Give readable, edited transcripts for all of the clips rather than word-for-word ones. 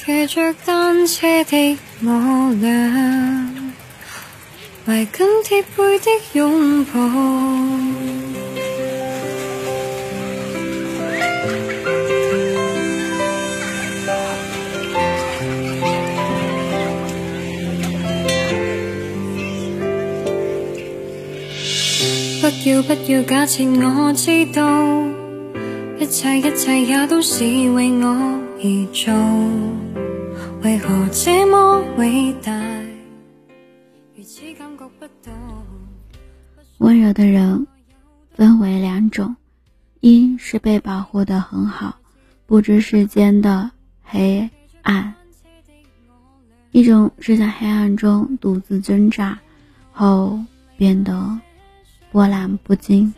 騎着單車的我倆，懷緊貼背的擁抱。不要假設我知道，一切也都是為我而做，為何這麼偉大，如此感覺不到。 温柔的人分为两种，一是被保護得很好，不知世間的黑暗，一種是在黑暗中獨自掙扎後變得波瀾不驚。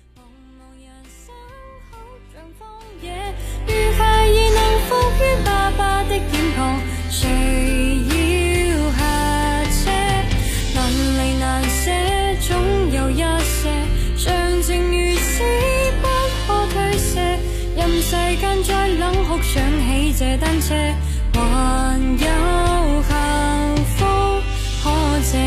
世間再冷酷，想起這單車，還有幸福可借。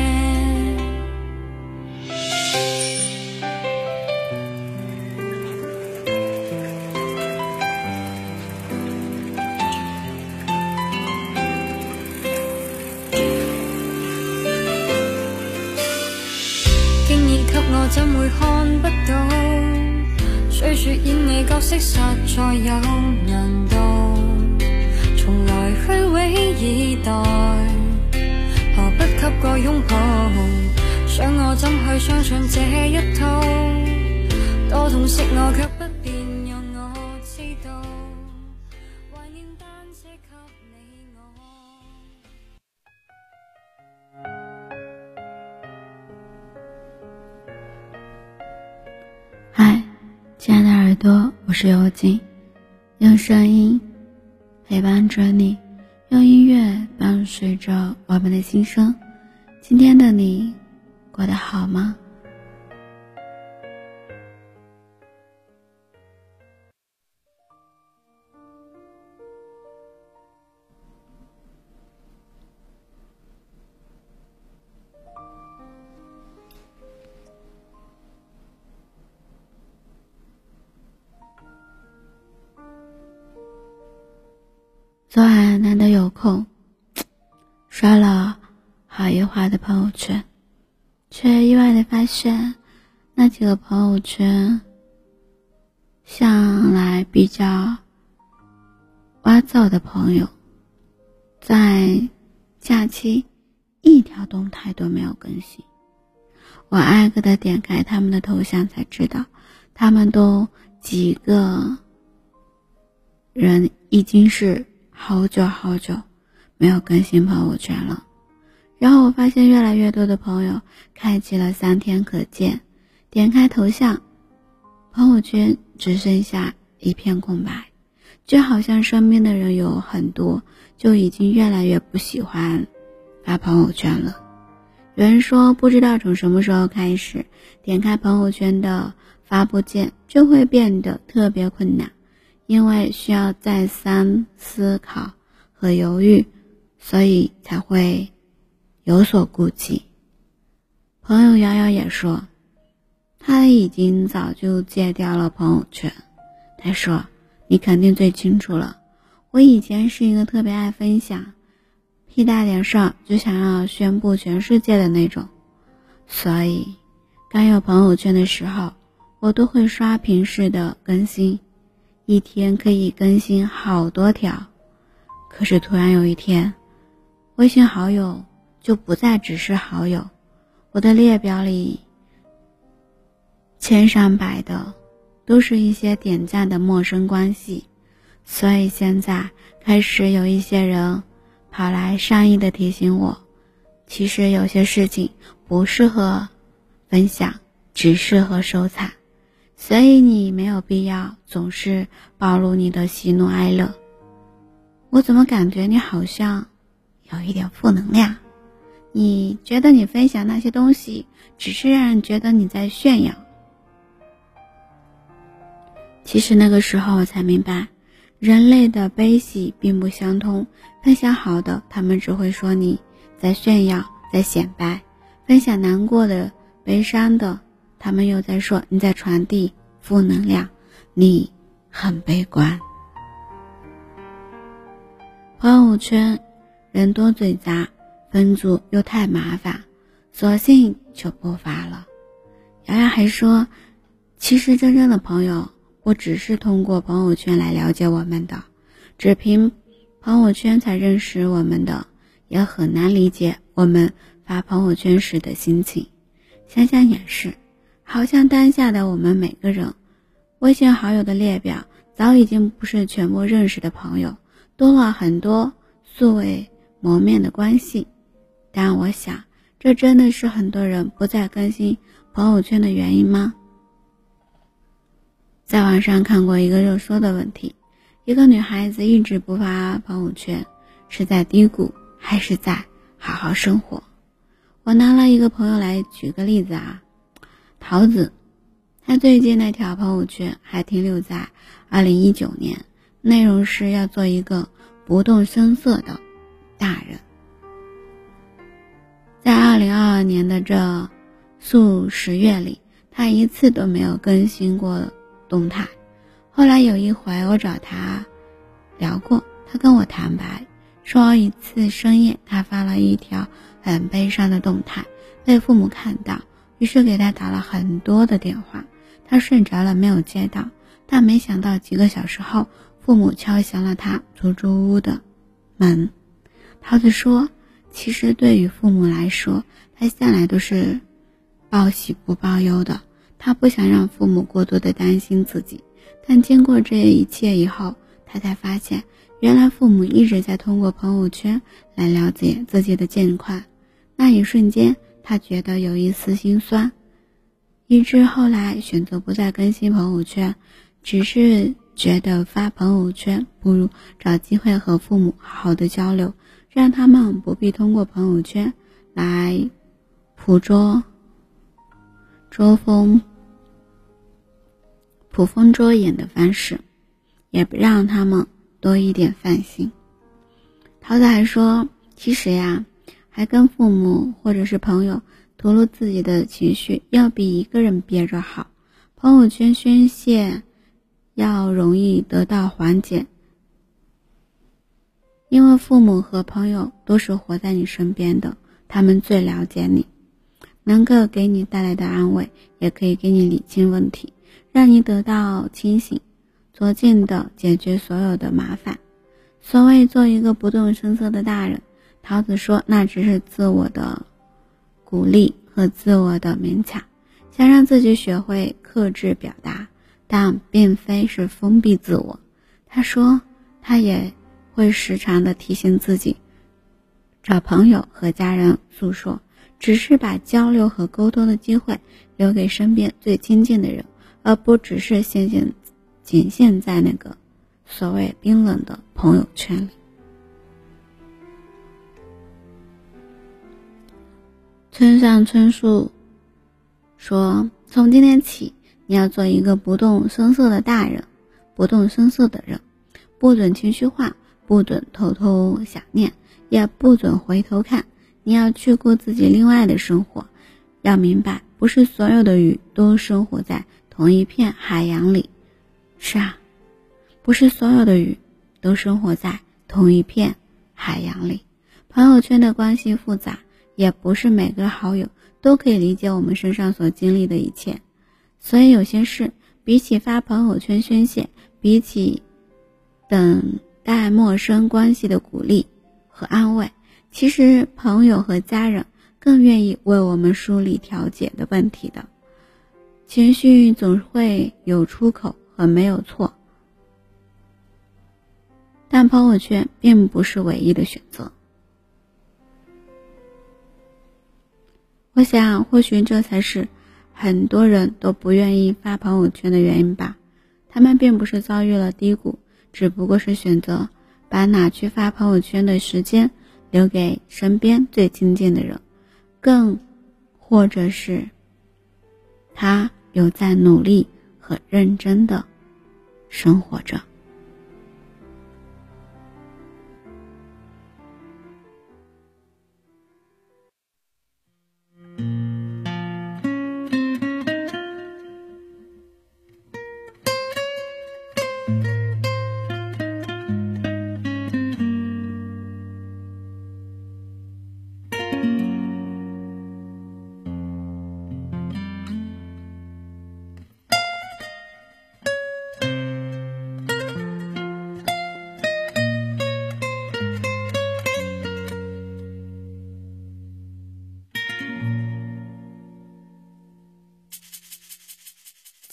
經已給我，怎會看不到？追說演你角色實在有難度，從來虛偽以待，何不給個擁抱？想我怎去相信這一套？多痛惜我卻不便讓我知道，懷念單車給你我。 嗨，亲爱的耳朵，我是尤景，用声音陪伴着你，用音乐伴随着我们的心声。今天的你过得好吗？昨晚难得有空，刷了好一会儿的朋友圈，却意外的发现那几个朋友圈向来比较聒噪的朋友，在假期一条动态都没有更新。我挨个的点开他们的头像才知道，他们都几个人已经是好久没有更新朋友圈了。然后我发现越来越多的朋友开启了3天可见，点开头像，朋友圈只剩下一片空白，就好像身边的人有很多，就已经越来越不喜欢发朋友圈了。有人说不知道从什么时候开始，点开朋友圈的发布键就会变得特别困难，因为需要再三思考和犹豫，所以才会有所顾忌。朋友瑶瑶也说，他已经早就戒掉了朋友圈。他说，你肯定最清楚了，我以前是一个特别爱分享，屁大点事儿就想要宣布全世界的那种，所以刚有朋友圈的时候，我都会刷屏式的更新，一天可以更新好多条。可是突然有一天，微信好友就不再只是好友，我的列表里千上百的都是一些点赞的陌生关系。所以现在开始有一些人跑来善意的提醒我，其实有些事情不适合分享，只适合收藏，所以你没有必要总是暴露你的喜怒哀乐。我怎么感觉你好像有一点负能量？你觉得你分享那些东西只是让人觉得你在炫耀。其实那个时候我才明白， 人类的悲喜并不相通，分享好的，他们只会说你在炫耀，在显摆；分享难过的、悲伤的，他们又在说你在传递负能量，你很悲观。朋友圈人多嘴杂，分组又太麻烦，索性就不发了。瑶瑶还说，其实真正的朋友不只是通过朋友圈来了解我们的，只凭朋友圈才认识我们的，也很难理解我们发朋友圈时的心情。想想也是，好像当下的我们每个人，微信好友的列表早已经不是全部认识的朋友，多了很多素未谋面的关系。但我想，这真的是很多人不再更新朋友圈的原因吗？在网上看过一个热说的问题，一个女孩子一直不发朋友圈，是在低谷还是在好好生活？我拿了一个朋友来举个例子啊，桃子，她最近那条朋友圈还停留在2019年，内容是要做一个不动声色的大人。在2022年的这数十月里，她一次都没有更新过动态。后来有一回我找她聊过，她跟我坦白说，一次深夜她发了一条很悲伤的动态，被父母看到，于是给她打了很多的电话。她睡着了没有接到，但没想到几个小时后，父母敲响了她出租屋的门。桃子说，其实对于父母来说，她向来都是报喜不报忧的，她不想让父母过多的担心自己。但经过这一切以后，她才发现，原来父母一直在通过朋友圈来了解自己的近况。那一瞬间，她觉得有一丝心酸，以致后来选择不再更新朋友圈，只是觉得发朋友圈不如找机会和父母好好的交流，让他们不必通过朋友圈来捕风捉影的方式，也让他们多一点放心。桃子还说，其实呀，还跟父母或者是朋友吐露自己的情绪，要比一个人憋着好。朋友圈宣泄要容易得到缓解，因为父母和朋友都是活在你身边的，他们最了解你，能够给你带来的安慰，也可以给你理清问题，让你得到清醒，逐渐的解决所有的麻烦。所谓做一个不动声色的大人，桃子说，那只是自我的鼓励和自我的勉强，想让自己学会克制表达，但并非是封闭自我。他说，他也会时常的提醒自己，找朋友和家人诉说，只是把交流和沟通的机会留给身边最亲近的人，而不只是仅限在那个所谓冰冷的朋友圈里。村上春树说，从今天起，你要做一个不动声色的大人，不动声色的人，不准情绪化，不准偷偷想念，也不准回头看。你要去过自己另外的生活，要明白，不是所有的鱼都生活在同一片海洋里。是啊，不是所有的鱼都生活在同一片海洋里。朋友圈的关系复杂，也不是每个好友都可以理解我们身上所经历的一切。所以有些事，比起发朋友圈宣泄，比起等待陌生关系的鼓励和安慰，其实朋友和家人更愿意为我们梳理调解的问题的。情绪总会有出口和没有错，但朋友圈并不是唯一的选择。我想，或许这才是很多人都不愿意发朋友圈的原因吧。他们并不是遭遇了低谷，只不过是选择把拿去发朋友圈的时间留给身边最亲近的人，更或者是他有在努力和认真的生活着。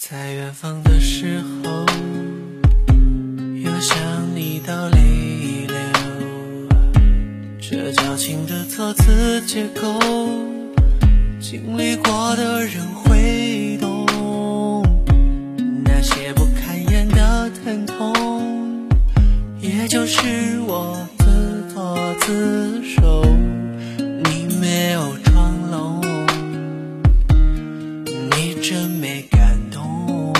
在远方的时候，又想你到泪流，这矫情的措辞结构，经历过的人会懂，那些不堪言的疼痛，也就是我自作自受，你没有装聋，你真没感动。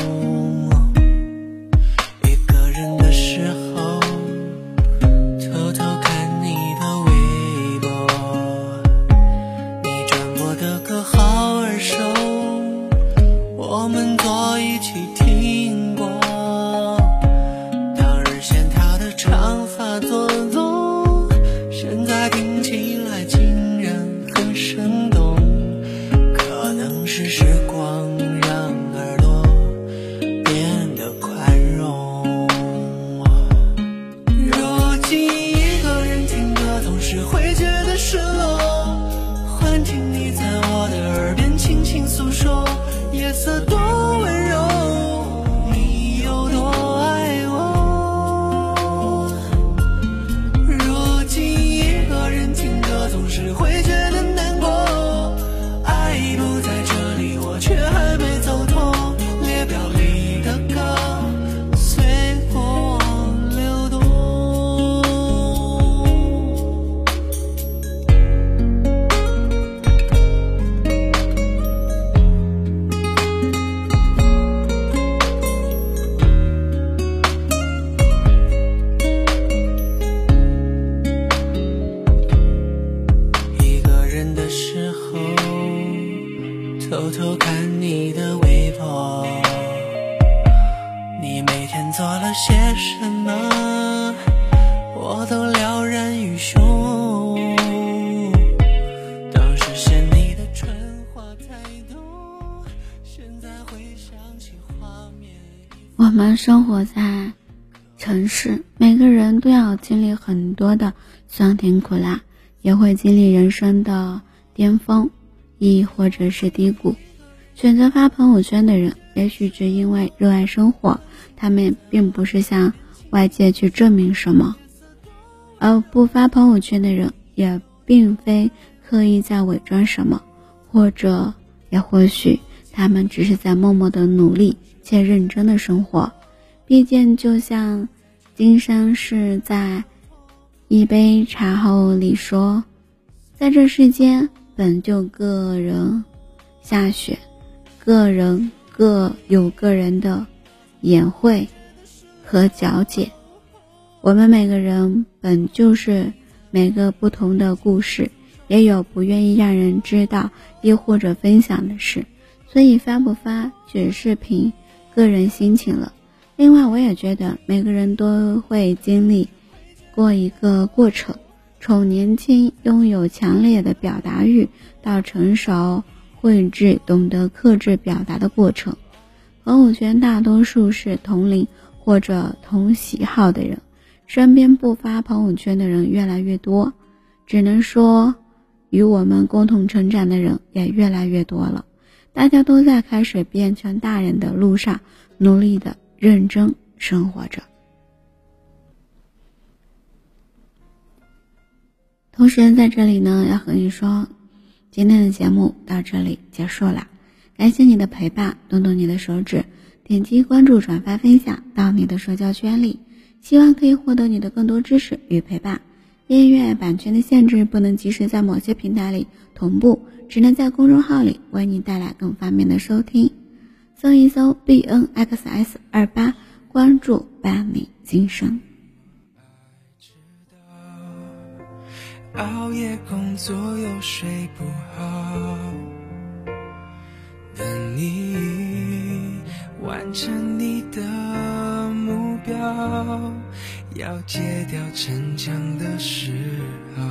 一个人的时候，偷偷看你的微博，你转播的歌好耳熟，我们坐一起听过。当日嫌他的长发做作，现在听起来竟然很生动，可能是时光让耳朵变得宽容。如今一个人听歌总是会觉得失落，幻听你在我的耳边轻轻诉说，夜色多温柔，你有多爱我。如今一个人听歌总是会觉得难过，爱不在这里，我却还没走脱，列表里的歌随我流动。一个人的时候，偷偷看你的微博，你每天做了些什么，我都了然于胸。当时嫌你的春话太多，现在回想起画面。 我们生活在城市，每个人都要经历很多的酸甜苦辣，也会经历人生的巅峰，亦或者是低谷。选择发朋友圈的人，也许只因为热爱生活，他们并不是向外界去证明什么；而不发朋友圈的人，也并非刻意在伪装什么，或许他们只是在默默的努力且认真的生活。毕竟就像金山是在一杯茶后里说，在这世间本就个人下雪，个人各有个人的眼慧和皎洁，我们每个人本就是每个不同的故事，也有不愿意让人知道亦或者分享的事，所以发不发只是凭个人心情了。另外我也觉得每个人都会经历过一个过程，从年轻拥有强烈的表达欲，到成熟慧智懂得克制表达的过程。朋友圈大多数是同龄或者同喜好的人，身边不发朋友圈的人越来越多，只能说与我们共同成长的人也越来越多了。大家都在开始变成大人的路上，努力的认真生活着。同时在这里呢，要和你说，今天的节目到这里结束了，感谢你的陪伴，动动你的手指，点击关注、转发、分享到你的社交圈里，希望可以获得你的更多支持与陪伴。音乐版权的限制不能及时在某些平台里同步，只能在公众号里为你带来更方便的收听。搜一搜 BNXS28， 关注伴你今生。 熬夜工作又睡不好，等你完成你的目标，要戒掉逞强的嗜好，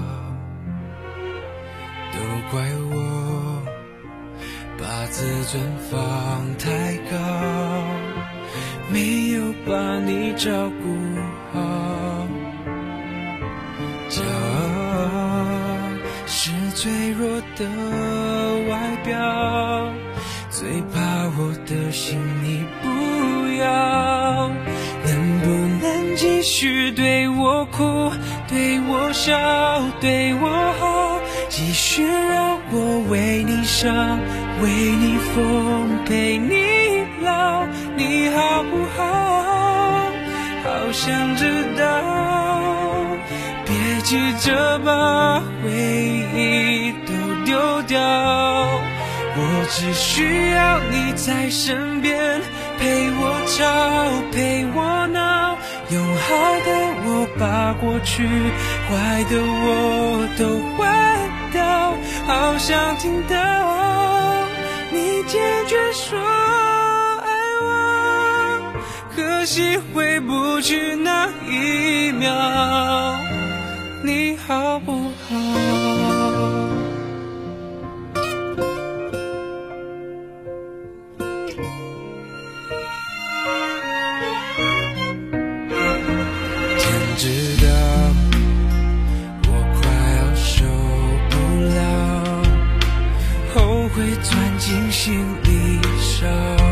都怪我把自尊放太高，没有把你照顾好。骄傲是最弱的外表，最怕我的心你不要？能不能继续对我哭，对我笑，对我好，继续让我为你伤，为你疯，陪你老，你好不好？好想知道，别急着把回忆都丢掉，我只需要你在身边，陪我吵，陪我闹，有好的我把过去，坏的我都换掉，好想听到你坚决说爱我，可惜回不去那一秒，你好不好？知道我快要受不了，后悔钻进心里烧，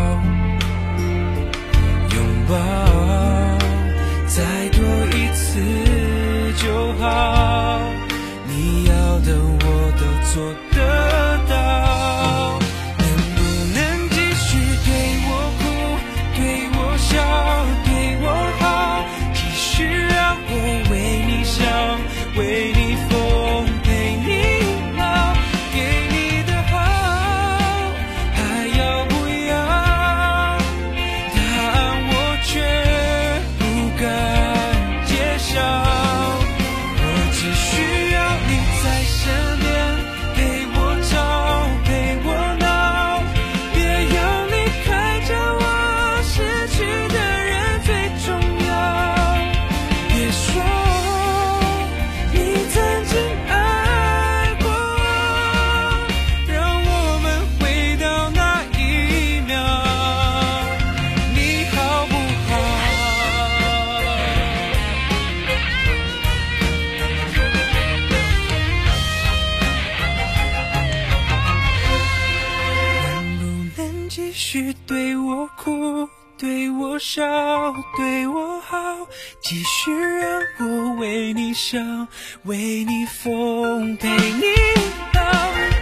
拥抱再多一次就好，你要的我都做得到，能不能继续对我哭，对我笑，对我好，继续我为你想，为你疯，陪你老，给你的好还要不要？答案我却不敢揭晓，我只需要你在身边，陪我吵，陪我闹，别要离开这我失去的人最重要，别说你曾经爱过我，让我们回到那一秒，你好不好？能不能继续对我哭，对我笑，对我好，继续让我为你想，为你疯，陪你老。